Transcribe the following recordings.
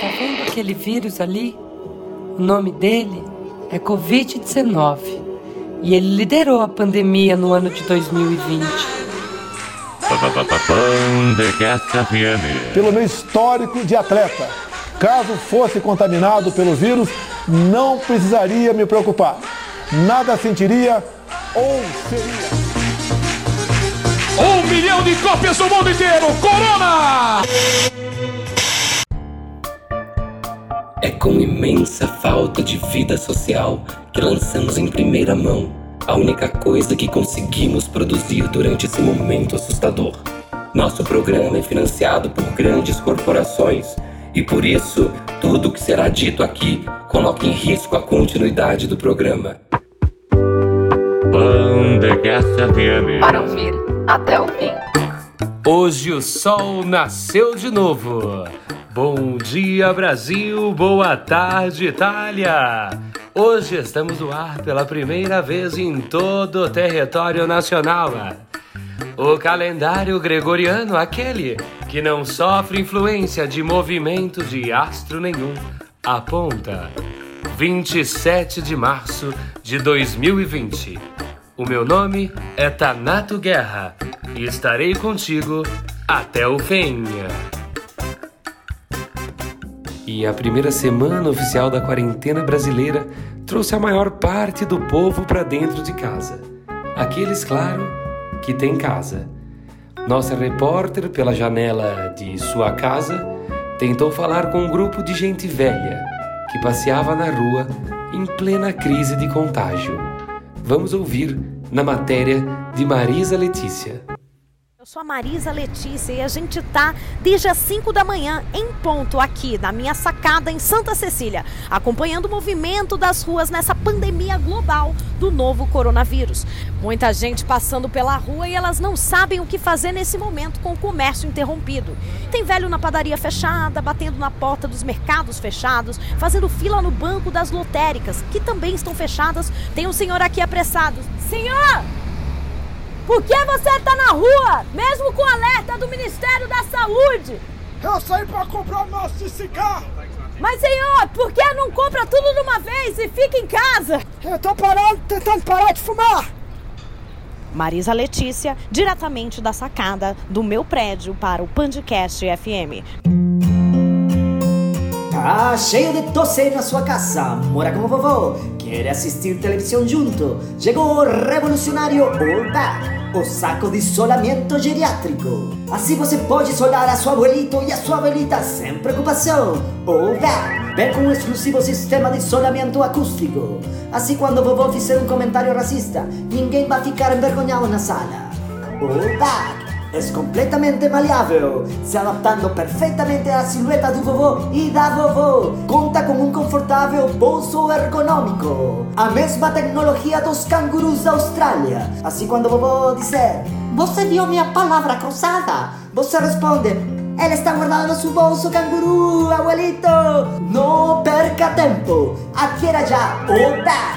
Tá vendo aquele vírus ali? O nome dele é Covid-19 e ele liderou a pandemia no ano de 2020. Pelo meu histórico de atleta, caso fosse contaminado pelo vírus, não precisaria me preocupar. Nada sentiria ou seria. 1 milhão de cópias do mundo inteiro! Corona! É com imensa falta de vida social que lançamos em primeira mão a única coisa que conseguimos produzir durante esse momento assustador. Nosso programa é financiado por grandes corporações e por isso, tudo que será dito aqui coloca em risco a continuidade do programa. Para ouvir até o fim. Hoje o sol nasceu de novo. Bom dia, Brasil. Boa tarde, Itália. Hoje estamos no ar pela primeira vez em todo o território nacional. O calendário gregoriano, aquele que não sofre influência de movimento de astro nenhum, aponta 27 de março de 2020. O meu nome é Thanato Guerra e estarei contigo até o fim. E a primeira semana oficial da quarentena brasileira trouxe a maior parte do povo para dentro de casa. Aqueles, claro, que têm casa. Nossa repórter, pela janela de sua casa, tentou falar com um grupo de gente velha que passeava na rua em plena crise de contágio. Vamos ouvir na matéria de Marisa Letícia. Eu sou a Marisa Letícia e a gente tá desde as 5 da manhã em ponto aqui na minha sacada em Santa Cecília, acompanhando o movimento das ruas nessa pandemia global do novo coronavírus. Muita gente passando pela rua e elas não sabem o que fazer nesse momento com o comércio interrompido. Tem velho na padaria fechada, batendo na porta dos mercados fechados, fazendo fila no banco das lotéricas, que também estão fechadas. Tem um senhor aqui apressado. Senhor! Por que você está na rua, mesmo com alerta do Ministério da Saúde? Eu saí para comprar um maço de cigarro. Mas, senhor, por que não compra tudo de uma vez e fica em casa? Eu tô tentando parar de fumar. Marisa Letícia, diretamente da sacada do meu prédio para o Pandcast FM. Tá cheio de tosse na sua casa, mora com o vovô, quer assistir televisão junto? Chegou o revolucionário All Back, o saco de isolamento geriátrico. Assim você pode isolar a sua abuelito e a sua abuelita sem preocupação. All Back vem com um exclusivo sistema de isolamento acústico. Assim, quando o vovô fizer um comentário racista, ninguém vai ficar envergonhado na sala. All Back é completamente maleável, se adaptando perfeitamente à silhueta do vovô e da vovó. Conta com um confortável bolso ergonômico, a mesma tecnologia dos cangurus da Austrália. Assim, quando o vovô disser: "Você viu minha palavra cruzada?", você responde: "Ela está guardada no seu bolso, canguru, abuelito". Não perca tempo, adquiera já All Back.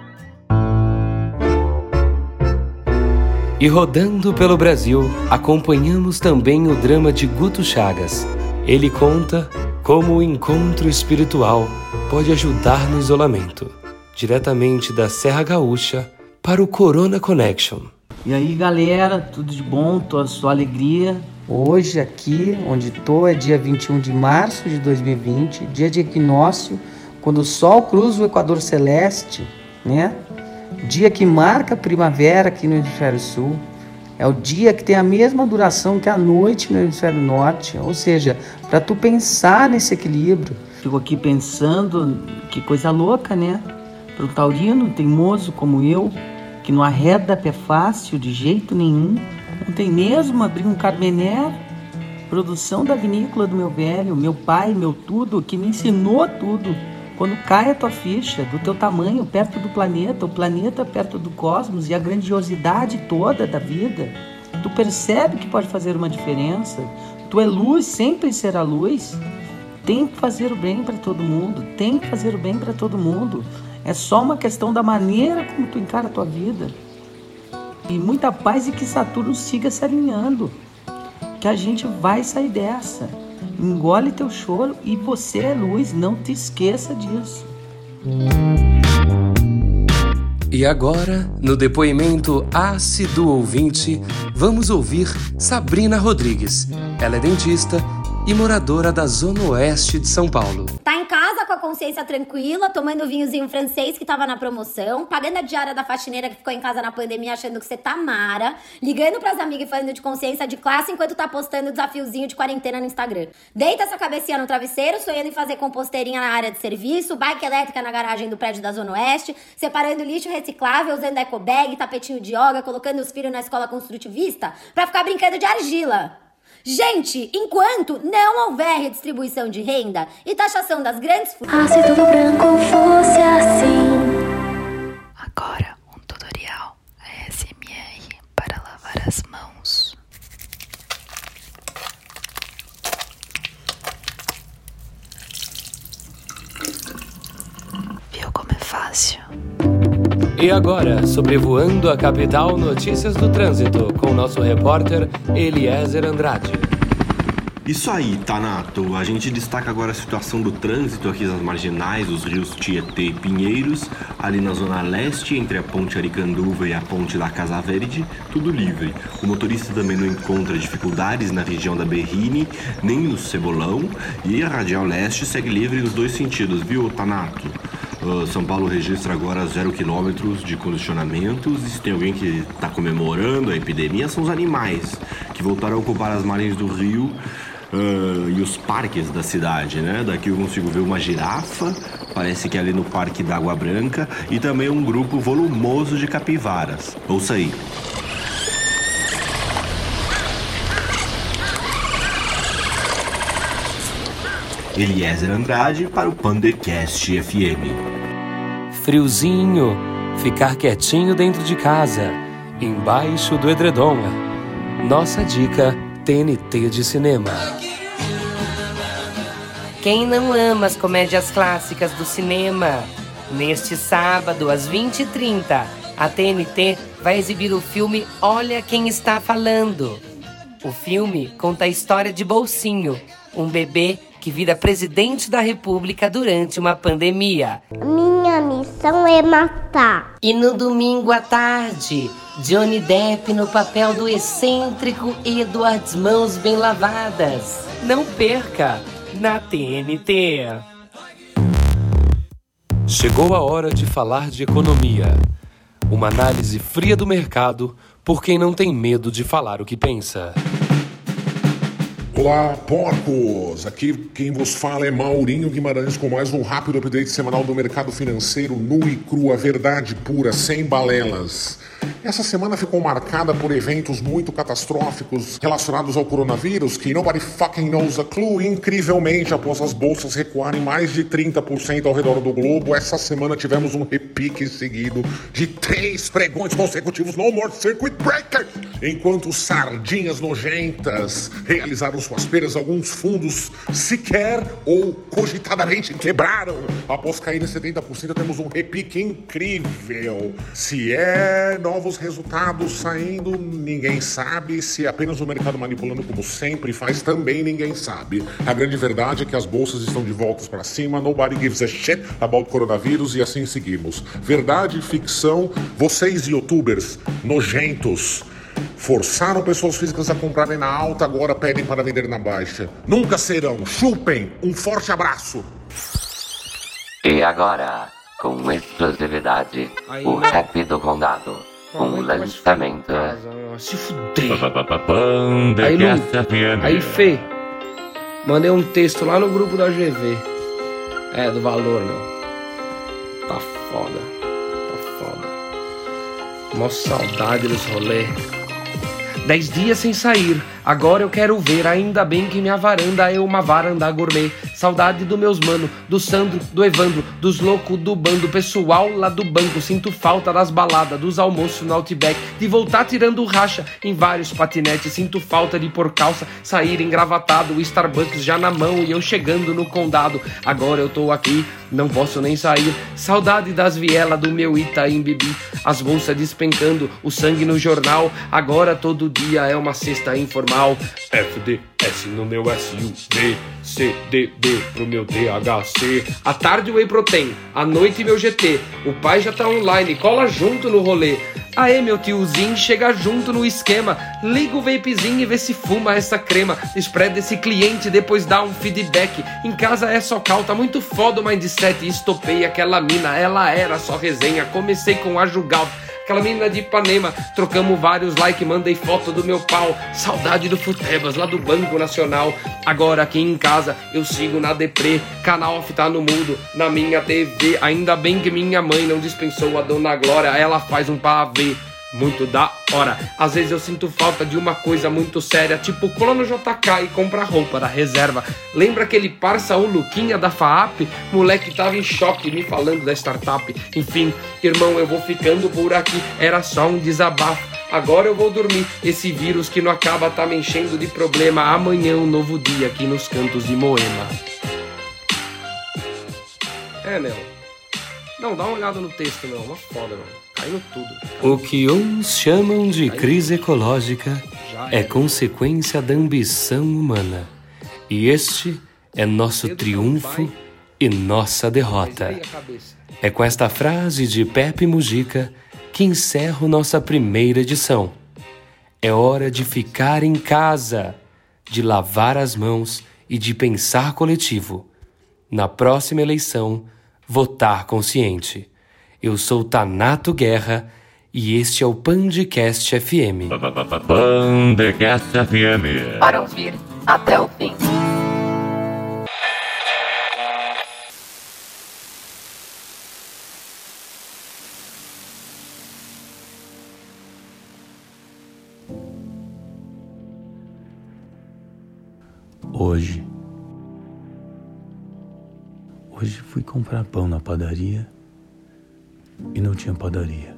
E rodando pelo Brasil, acompanhamos também o drama de Guto Chagas. Ele conta como o encontro espiritual pode ajudar no isolamento, diretamente da Serra Gaúcha para o Corona Connection. E aí, galera, tudo de bom? Toda a sua alegria. Hoje aqui, onde estou, é dia 21 de março de 2020, dia de equinócio, quando o Sol cruza o Equador Celeste, né? Dia que marca a primavera aqui no Hemisfério Sul. É o dia que tem a mesma duração que a noite no Hemisfério Norte. Ou seja, para tu pensar nesse equilíbrio. Fico aqui pensando, que coisa louca, né? Para um taurino teimoso como eu, que não arreda pé fácil de jeito nenhum. Ontem mesmo abri um Carmener, produção da vinícola do meu velho, meu pai, meu tudo, que me ensinou tudo. Quando cai a tua ficha do teu tamanho perto do planeta, o planeta perto do cosmos e a grandiosidade toda da vida, tu percebe que pode fazer uma diferença. Tu é luz, sempre será luz. Tem que fazer o bem para todo mundo, tem que fazer o bem para todo mundo. É só uma questão da maneira como tu encara a tua vida. E muita paz e que Saturno siga se alinhando, que a gente vai sair dessa. engole teu choro e você é luz, não te esqueça disso. E agora, no depoimento ácido ouvinte, vamos ouvir Sabrina Rodrigues. Ela é dentista e moradora da Zona Oeste de São Paulo. Tá em casa com a consciência tranquila, tomando vinhozinho francês que tava na promoção, pagando a diária da faxineira que ficou em casa na pandemia achando que você tá mara, ligando pras amigas e falando de consciência de classe enquanto tá postando o desafiozinho de quarentena no Instagram. Deita essa cabecinha no travesseiro, sonhando em fazer composteirinha na área de serviço, bike elétrica na garagem do prédio da Zona Oeste, separando lixo reciclável, usando ecobag, tapetinho de yoga, colocando os filhos na escola construtivista pra ficar brincando de argila. Gente, enquanto não houver redistribuição de renda e taxação das grandes... Se tudo branco fosse assim. Agora, um tutorial ASMR para lavar as mãos. Viu como é fácil? E agora, sobrevoando a capital, notícias do trânsito, com o nosso repórter Eliezer Andrade. Isso aí, Thanato. A gente destaca agora a situação do trânsito aqui nas marginais, os rios Tietê e Pinheiros, ali na zona leste, entre a ponte Aricanduva e a ponte da Casa Verde, tudo livre. O motorista também não encontra dificuldades na região da Berrini, nem no Cebolão, e a radial leste segue livre nos dois sentidos, viu, Thanato? São Paulo registra agora 0 km de congestionamentos. E se tem alguém que está comemorando a epidemia, são os animais, que voltaram a ocupar as margens do rio e os parques da cidade, né? Daqui eu consigo ver uma girafa, parece que é ali no Parque da Água Branca, e também um grupo volumoso de capivaras. Ouça aí. Eliezer Andrade para o Pandecast FM. Friozinho, ficar quietinho dentro de casa, embaixo do edredom. Nossa dica, TNT de cinema. Quem não ama as comédias clássicas do cinema? Neste sábado, às 20h30, a TNT vai exibir o filme Olha Quem Está Falando. O filme conta a história de Bolsinho, um bebê que vira presidente da República durante uma pandemia. Minha missão é matar. E no domingo à tarde, Johnny Depp no papel do excêntrico Edward Mãos Bem Lavadas. Não perca, na TNT. Chegou a hora de falar de economia. Uma análise fria do mercado por quem não tem medo de falar o que pensa. Olá, porcos! Aqui quem vos fala é Maurinho Guimarães com mais um rápido update semanal do mercado financeiro nu e cru, a verdade pura, sem balelas. Essa semana ficou marcada por eventos muito catastróficos relacionados ao coronavírus, que nobody fucking knows a clue. Incrivelmente, após as bolsas recuarem mais de 30% ao redor do globo, essa semana tivemos um repique seguido de 3 pregões consecutivos no more circuit breakers. Enquanto sardinhas nojentas realizaram suas perdas, alguns fundos sequer ou cogitadamente quebraram. Após cair em 70%, temos um repique incrível. Se é novos resultados saindo, ninguém sabe. Se é apenas o mercado manipulando como sempre faz, também ninguém sabe. A grande verdade é que as bolsas estão de voltas para cima. Nobody gives a shit about coronavírus e assim seguimos. Verdade, ficção, vocês youtubers nojentos forçaram pessoas físicas a comprarem na alta, agora pedem para vender na baixa. Nunca serão. Chupem. Um forte abraço. E agora, com exclusividade, o rap do condado. Um lançamento. Se fuder. Aí, Fê, mandei um texto lá no grupo da GV. Do valor, meu. Tá foda. Mó saudade dos rolê. 10 dias sem sair, agora eu quero ver. Ainda bem que minha varanda é uma varanda gourmet. Saudade dos meus mano, do Sandro, do Evandro, dos loucos do bando, pessoal lá do banco. Sinto falta das baladas, dos almoços no Outback, de voltar tirando racha em vários patinetes. Sinto falta de pôr calça, sair engravatado, o Starbucks já na mão e eu chegando no condado. Agora eu tô aqui, não posso nem sair. Saudade das vielas do meu Itaim Bibi, as bolsas despencando, o sangue no jornal. Agora todo dia é uma cesta informal. normal. FDS no meu SUV, CDB pro meu DHC. À tarde Whey Protein, à noite meu GT. O pai já tá online, cola junto no rolê. Aê, meu tiozinho, chega junto no esquema. Liga o vapezinho e vê se fuma essa crema. Spread esse cliente, depois dá um feedback. Em casa é só cal, tá muito foda o mindset. Estopei aquela mina, ela era só resenha. Comecei com a Jugal, aquela mina de Ipanema. Trocamos vários likes, mandei foto do meu pau. Saudade do Futebas, lá do Banco Nacional. Agora aqui em casa eu sigo na deprê. Canal off tá no mudo, na minha TV. Ainda bem que minha mãe não dispensou a Dona Glória. Ela faz um pavê muito da hora. Às vezes eu sinto falta de uma coisa muito séria, tipo cola no JK e compra roupa da reserva. Lembra aquele parça, o Luquinha da FAAP? Moleque tava em choque me falando da startup. Enfim, irmão, eu vou ficando por aqui. Era só um desabafo, agora eu vou dormir. Esse vírus que não acaba tá me enchendo de problema. Amanhã um novo dia aqui nos cantos de Moema. Meu, não, dá uma olhada no texto, meu, uma foda, meu. Caindo tudo. O que uns chamam de crise ecológica é consequência da ambição humana. E este é nosso triunfo e nossa derrota. É com esta frase de Pepe Mujica que encerro nossa primeira edição. É hora de ficar em casa, de lavar as mãos e de pensar coletivo. Na próxima eleição, votar consciente. Eu sou Thanato Guerra e este é o Pandcast FM. Pandcast FM. Para ouvir até o fim. Hoje fui comprar pão na padaria e não tinha padaria.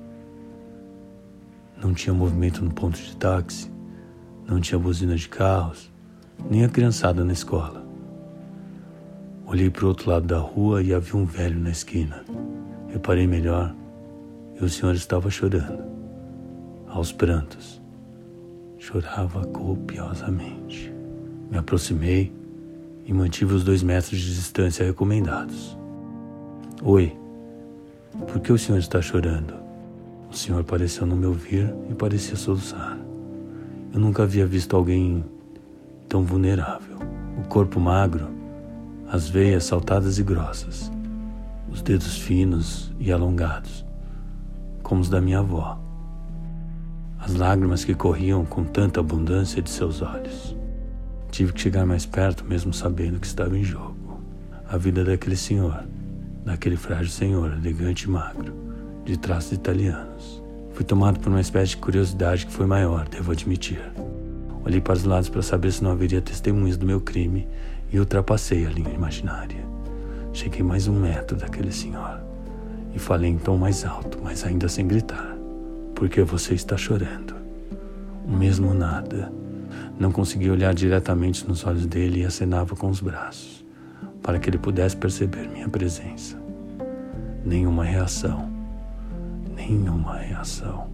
Não tinha movimento no ponto de táxi, não tinha buzina de carros, nem a criançada na escola. Olhei para o outro lado da rua e havia um velho na esquina. Reparei melhor e o senhor estava chorando, aos prantos. Chorava copiosamente. Me aproximei e mantive os 2 metros de distância recomendados. Oi, por que o senhor está chorando? O senhor pareceu não me ouvir e parecia soluçar. Eu nunca havia visto alguém tão vulnerável. O corpo magro, as veias saltadas e grossas, os dedos finos e alongados, como os da minha avó. As lágrimas que corriam com tanta abundância de seus olhos. Tive que chegar mais perto, mesmo sabendo que estava em jogo. A vida daquele senhor, daquele frágil senhor, elegante e magro, de traços italianos. Fui tomado por uma espécie de curiosidade que foi maior, devo admitir. Olhei para os lados para saber se não haveria testemunhas do meu crime e ultrapassei a linha imaginária. Cheguei mais 1 metro daquele senhor e falei em tom mais alto, mas ainda sem gritar. Por que você está chorando? O mesmo nada. Não conseguia olhar diretamente nos olhos dele e acenava com os braços, para que ele pudesse perceber minha presença. Nenhuma reação. Nenhuma reação.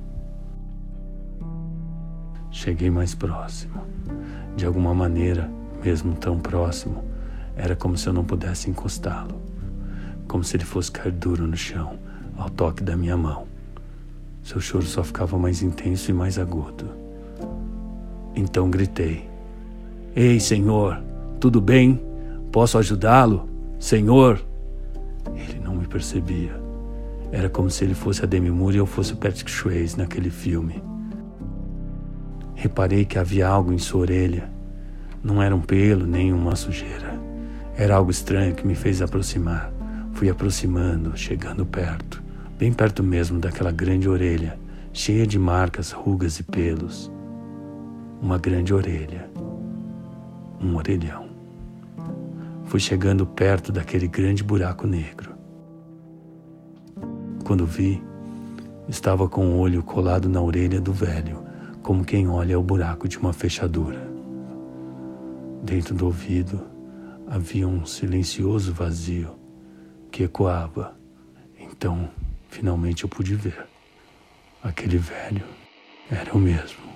Cheguei mais próximo. De alguma maneira, mesmo tão próximo, era como se eu não pudesse encostá-lo. Como se ele fosse cair duro no chão, ao toque da minha mão. Seu choro só ficava mais intenso e mais agudo. Então gritei. Ei, senhor, tudo bem? Posso ajudá-lo? Senhor? Ele não me percebia. Era como se ele fosse a Demi Moore e eu fosse o Patrick Swayze naquele filme. Reparei que havia algo em sua orelha. Não era um pelo nem uma sujeira. Era algo estranho que me fez aproximar. Fui aproximando, chegando perto. Bem perto mesmo daquela grande orelha, cheia de marcas, rugas e pelos. Uma grande orelha. Um orelhão. Fui chegando perto daquele grande buraco negro. Quando vi, estava com o olho colado na orelha do velho, como quem olha o buraco de uma fechadura. Dentro do ouvido havia um silencioso vazio que ecoava. Então, finalmente eu pude ver. Aquele velho era o mesmo.